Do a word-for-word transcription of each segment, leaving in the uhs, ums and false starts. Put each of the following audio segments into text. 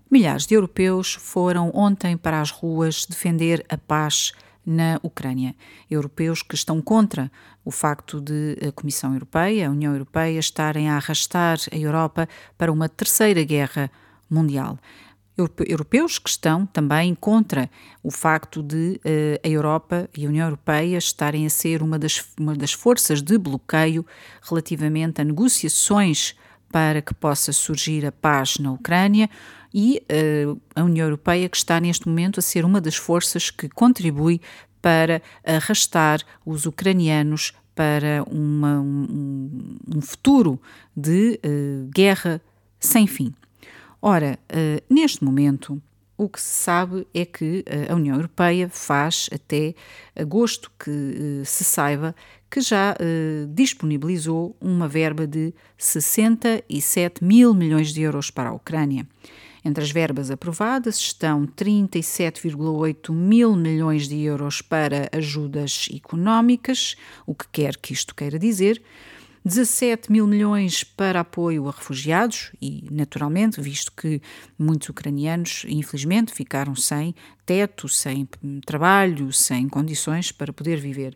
Milhares de europeus foram ontem para as ruas defender a paz na Ucrânia. Europeus que estão contra o facto de a Comissão Europeia, a União Europeia, estarem a arrastar a Europa para uma terceira guerra mundial. Europeus que estão também contra o facto de uh, a Europa e a União Europeia estarem a ser uma das, uma das forças de bloqueio relativamente a negociações para que possa surgir a paz na Ucrânia e uh, a União Europeia que está neste momento a ser uma das forças que contribui para arrastar os ucranianos para uma, um, um futuro de uh, guerra sem fim. Ora, uh, neste momento, o que se sabe é que uh, a União Europeia faz até agosto que uh, se saiba que já uh, disponibilizou uma verba de sessenta e sete mil milhões de euros para a Ucrânia. Entre as verbas aprovadas estão trinta e sete vírgula oito mil milhões de euros para ajudas económicas, o que quer que isto queira dizer, dezassete mil milhões para apoio a refugiados e, naturalmente, visto que muitos ucranianos, infelizmente, ficaram sem teto, sem trabalho, sem condições para poder viver.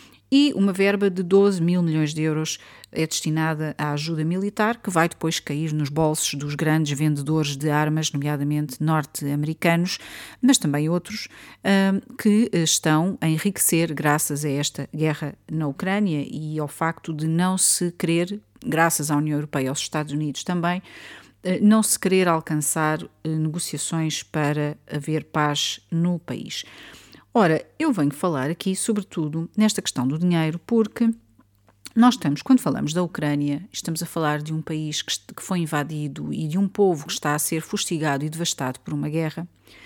E uma verba de doze mil milhões de euros é destinada à ajuda militar, que vai depois cair nos bolsos dos grandes vendedores de armas, nomeadamente norte-americanos, mas também outros, uh, que estão a enriquecer graças a esta guerra na Ucrânia e ao facto de não se querer, graças à União Europeia e aos Estados Unidos também, uh, não se querer alcançar uh, negociações para haver paz no país. Ora, eu venho falar aqui, sobretudo, nesta questão do dinheiro, porque nós estamos, quando falamos da Ucrânia, estamos a falar de um país que, que foi invadido e de um povo que está a ser fustigado e devastado por uma guerra.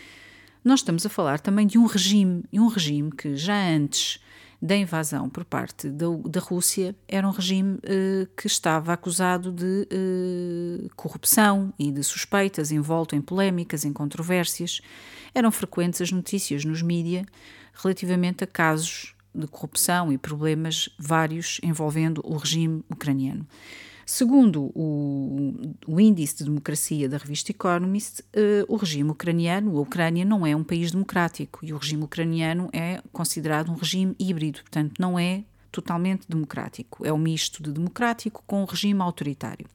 Nós estamos a falar também de um regime, e um regime que já antes da invasão por parte da, da Rússia era um regime eh, que estava acusado de eh, corrupção e de suspeitas, envolto em polémicas, em controvérsias. Eram frequentes as notícias nos mídia relativamente a casos de corrupção e problemas vários envolvendo o regime ucraniano. Segundo o, o índice de democracia da revista Economist, uh, o regime ucraniano, a Ucrânia não é um país democrático e o regime ucraniano é considerado um regime híbrido, portanto não é totalmente democrático, é um misto de democrático com um regime autoritário.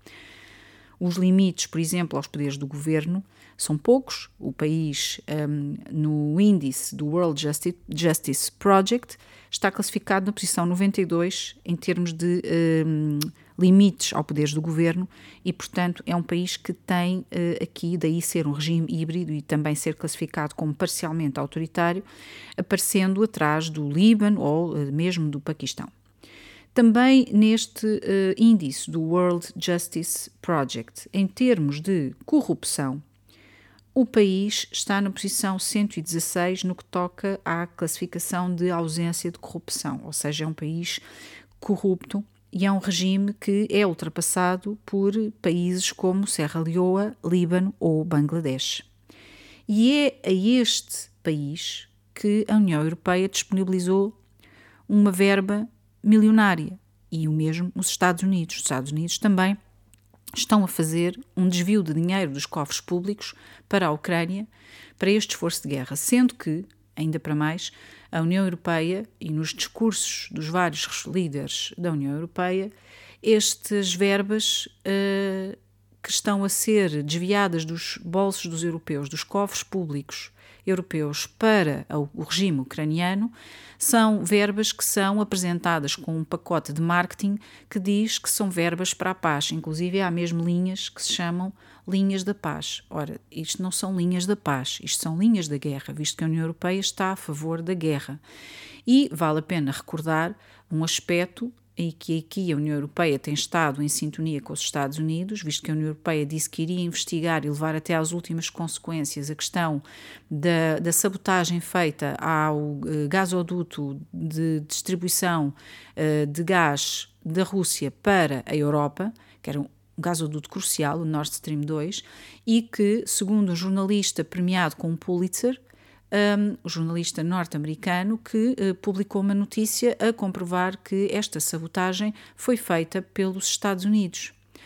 Os limites, por exemplo, aos poderes do governo são poucos. O país, um, no índice do World Justice, Justice Project, está classificado na posição noventa e dois em termos de um, limites aos poderes do governo e, portanto, é um país que tem uh, aqui, daí ser um regime híbrido e também ser classificado como parcialmente autoritário, aparecendo atrás do Líbano ou uh, mesmo do Paquistão. Também neste uh, índice do World Justice Project, em termos de corrupção, o país está na posição cento e dezasseis no que toca à classificação de ausência de corrupção, ou seja, é um país corrupto e é um regime que é ultrapassado por países como Serra Leoa, Líbano ou Bangladesh. E é a este país que a União Europeia disponibilizou uma verba milionária e o mesmo os Estados Unidos. Os Estados Unidos também estão a fazer um desvio de dinheiro dos cofres públicos para a Ucrânia, para este esforço de guerra, sendo que, ainda para mais, a União Europeia e nos discursos dos vários líderes da União Europeia, estas verbas uh, que estão a ser desviadas dos bolsos dos europeus, dos cofres públicos europeus para o regime ucraniano, são verbas que são apresentadas com um pacote de marketing que diz que são verbas para a paz. Inclusive há mesmo linhas que se chamam linhas da paz. Ora, isto não são linhas da paz, isto são linhas da guerra, visto que a União Europeia está a favor da guerra. E vale a pena recordar um aspecto e que aqui a União Europeia tem estado em sintonia com os Estados Unidos, visto que a União Europeia disse que iria investigar e levar até às últimas consequências a questão da, da sabotagem feita ao uh, gasoduto de distribuição uh, de gás da Rússia para a Europa, que era um gasoduto crucial, o Nord Stream dois, e que, segundo um jornalista premiado com um Pulitzer, Um, o jornalista norte-americano que uh, publicou uma notícia a comprovar que esta sabotagem foi feita pelos Estados Unidos.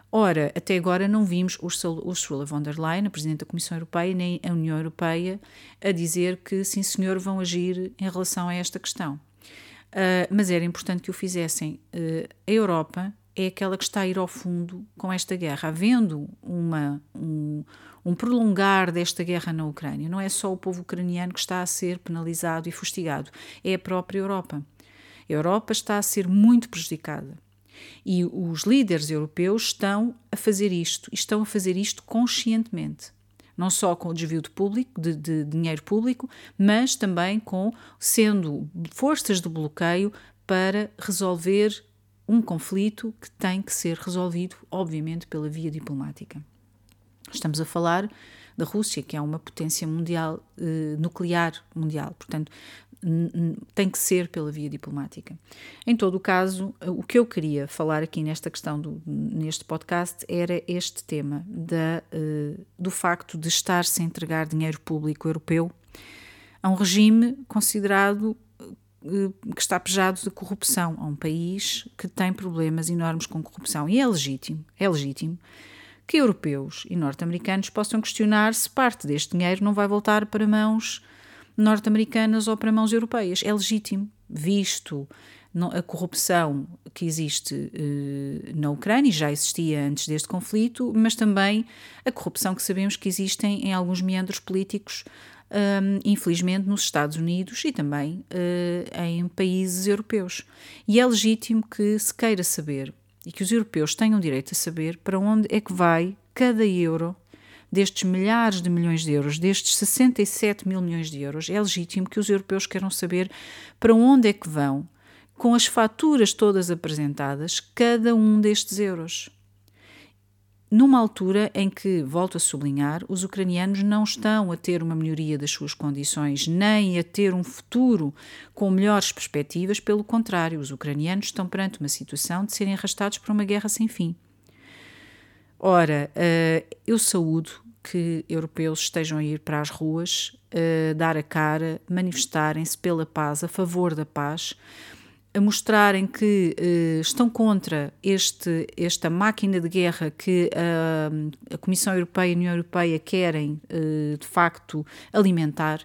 Ora, até agora não vimos Ursula, Ursula von der Leyen, a Presidente da Comissão Europeia, nem a União Europeia, a dizer que, sim senhor, vão agir em relação a esta questão. Uh, mas era importante que o fizessem. Uh, a Europa é aquela que está a ir ao fundo com esta guerra. Havendo uma, um, um prolongar desta guerra na Ucrânia, não é só o povo ucraniano que está a ser penalizado e fustigado, é a própria Europa. A Europa está a ser muito prejudicada. E os líderes europeus estão a fazer isto, e estão a fazer isto conscientemente. Não só com o desvio de, público, de, de dinheiro público, mas também com sendo forças de bloqueio para resolver um conflito que tem que ser resolvido, obviamente, pela via diplomática. Estamos a falar da Rússia, que é uma potência mundial, eh, nuclear mundial, portanto, tem que ser pela via diplomática. Em todo o caso, o que eu queria falar aqui nesta questão, do, neste podcast, era este tema da, uh, do facto de estar-se a entregar dinheiro público europeu a um regime considerado uh, que está pejado de corrupção, a um país que tem problemas enormes com corrupção. E é legítimo, é legítimo que europeus e norte-americanos possam questionar se parte deste dinheiro não vai voltar para mãos norte-americanas ou para mãos europeias. É legítimo, visto a corrupção que existe eh, na Ucrânia, e já existia antes deste conflito, mas também a corrupção que sabemos que existem em alguns meandros políticos, um, infelizmente nos Estados Unidos e também uh, em países europeus. E é legítimo que se queira saber, e que os europeus tenham direito a saber, para onde é que vai cada euro destes milhares de milhões de euros, destes sessenta e sete mil milhões de euros. É legítimo que os europeus queiram saber para onde é que vão, com as faturas todas apresentadas, cada um destes euros. Numa altura em que, volto a sublinhar, os ucranianos não estão a ter uma melhoria das suas condições, nem a ter um futuro com melhores perspectivas, pelo contrário, os ucranianos estão perante uma situação de serem arrastados por uma guerra sem fim. Ora, eu saúdo que europeus estejam a ir para as ruas, a dar a cara, manifestarem-se pela paz, a favor da paz, a mostrarem que uh, estão contra este, esta máquina de guerra que uh, a Comissão Europeia e a União Europeia querem, uh, de facto, alimentar,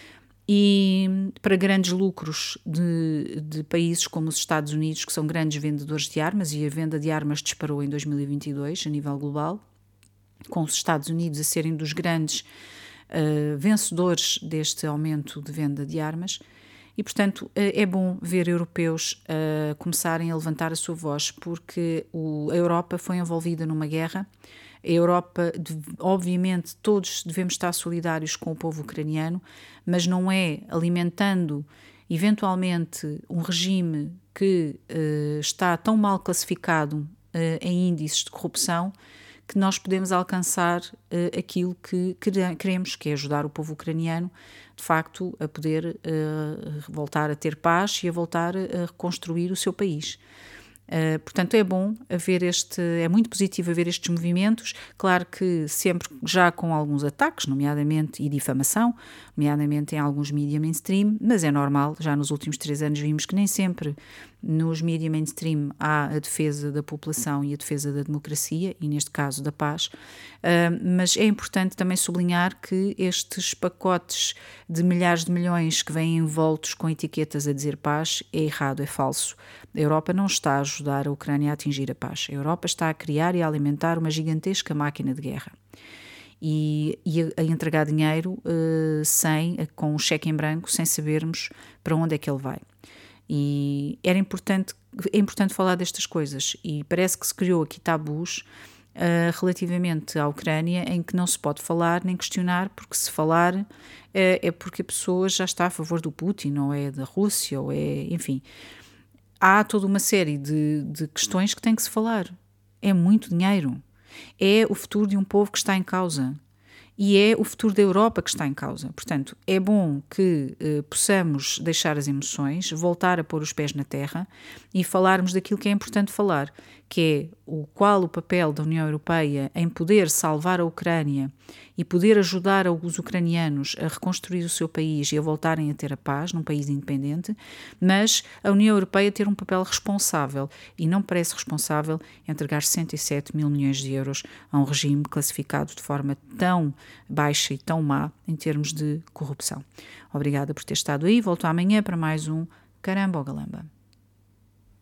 e para grandes lucros de, de países como os Estados Unidos, que são grandes vendedores de armas, e a venda de armas disparou em dois mil e vinte e dois a nível global, com os Estados Unidos a serem dos grandes uh, vencedores deste aumento de venda de armas. E, portanto, é bom ver europeus uh, começarem a levantar a sua voz, porque o, a Europa foi envolvida numa guerra. A Europa, obviamente, todos devemos estar solidários com o povo ucraniano, mas não é alimentando, eventualmente, um regime que uh, está tão mal classificado uh, em índices de corrupção, que nós podemos alcançar uh, aquilo que queremos, que é ajudar o povo ucraniano, de facto, a poder uh, voltar a ter paz e a voltar a reconstruir o seu país. Uh, portanto, é bom haver este, é muito positivo haver estes movimentos, claro que sempre já com alguns ataques, nomeadamente, e difamação, nomeadamente em alguns mídia mainstream, mas é normal, já nos últimos três anos vimos que nem sempre nos mídia mainstream há a defesa da população e a defesa da democracia, e neste caso da paz, uh, mas é importante também sublinhar que estes pacotes de milhares de milhões que vêm envoltos com etiquetas a dizer paz é errado, é falso. A Europa não está a ajudar a Ucrânia a atingir a paz. A Europa está a criar e a alimentar uma gigantesca máquina de guerra e, e a, a entregar dinheiro uh, sem, com um cheque em branco, sem sabermos para onde é que ele vai. E era importante, é importante falar destas coisas, e parece que se criou aqui tabus uh, relativamente à Ucrânia, em que não se pode falar nem questionar, porque se falar uh, é porque a pessoa já está a favor do Putin, ou é da Rússia, ou é, enfim... Há toda uma série de, de questões que tem que se falar. É muito dinheiro. É o futuro de um povo que está em causa. E é o futuro da Europa que está em causa. Portanto, é bom que eh, possamos deixar as emoções, voltar a pôr os pés na terra e falarmos daquilo que é importante falar, que é o qual o papel da União Europeia em poder salvar a Ucrânia e poder ajudar os ucranianos a reconstruir o seu país e a voltarem a ter a paz num país independente, mas a União Europeia ter um papel responsável, e não parece responsável entregar sessenta e sete mil milhões de euros a um regime classificado de forma tão baixa e tão má em termos de corrupção. Obrigada por ter estado aí, volto amanhã para mais um Caramba ou Galamba.